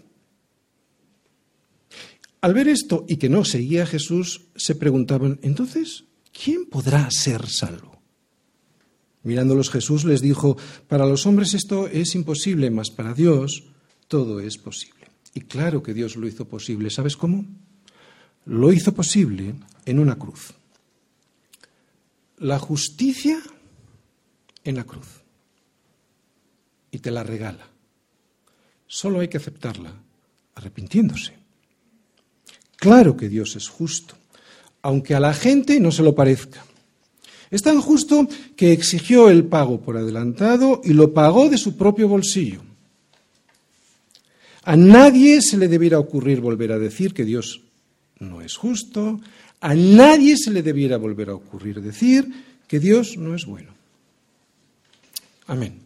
Al ver esto y que no seguía a Jesús, se preguntaban, entonces, ¿quién podrá ser salvo? Mirándolos Jesús les dijo, para los hombres esto es imposible, mas para Dios todo es posible. Y claro que Dios lo hizo posible. ¿Sabes cómo? Lo hizo posible en una cruz. La justicia en la cruz. Y te la regala. Solo hay que aceptarla arrepintiéndose. Claro que Dios es justo, aunque a la gente no se lo parezca. Es tan justo que exigió el pago por adelantado y lo pagó de su propio bolsillo. A nadie se le debiera ocurrir volver a decir que Dios no es justo, a nadie se le debiera volver a ocurrir decir que Dios no es bueno. Amén.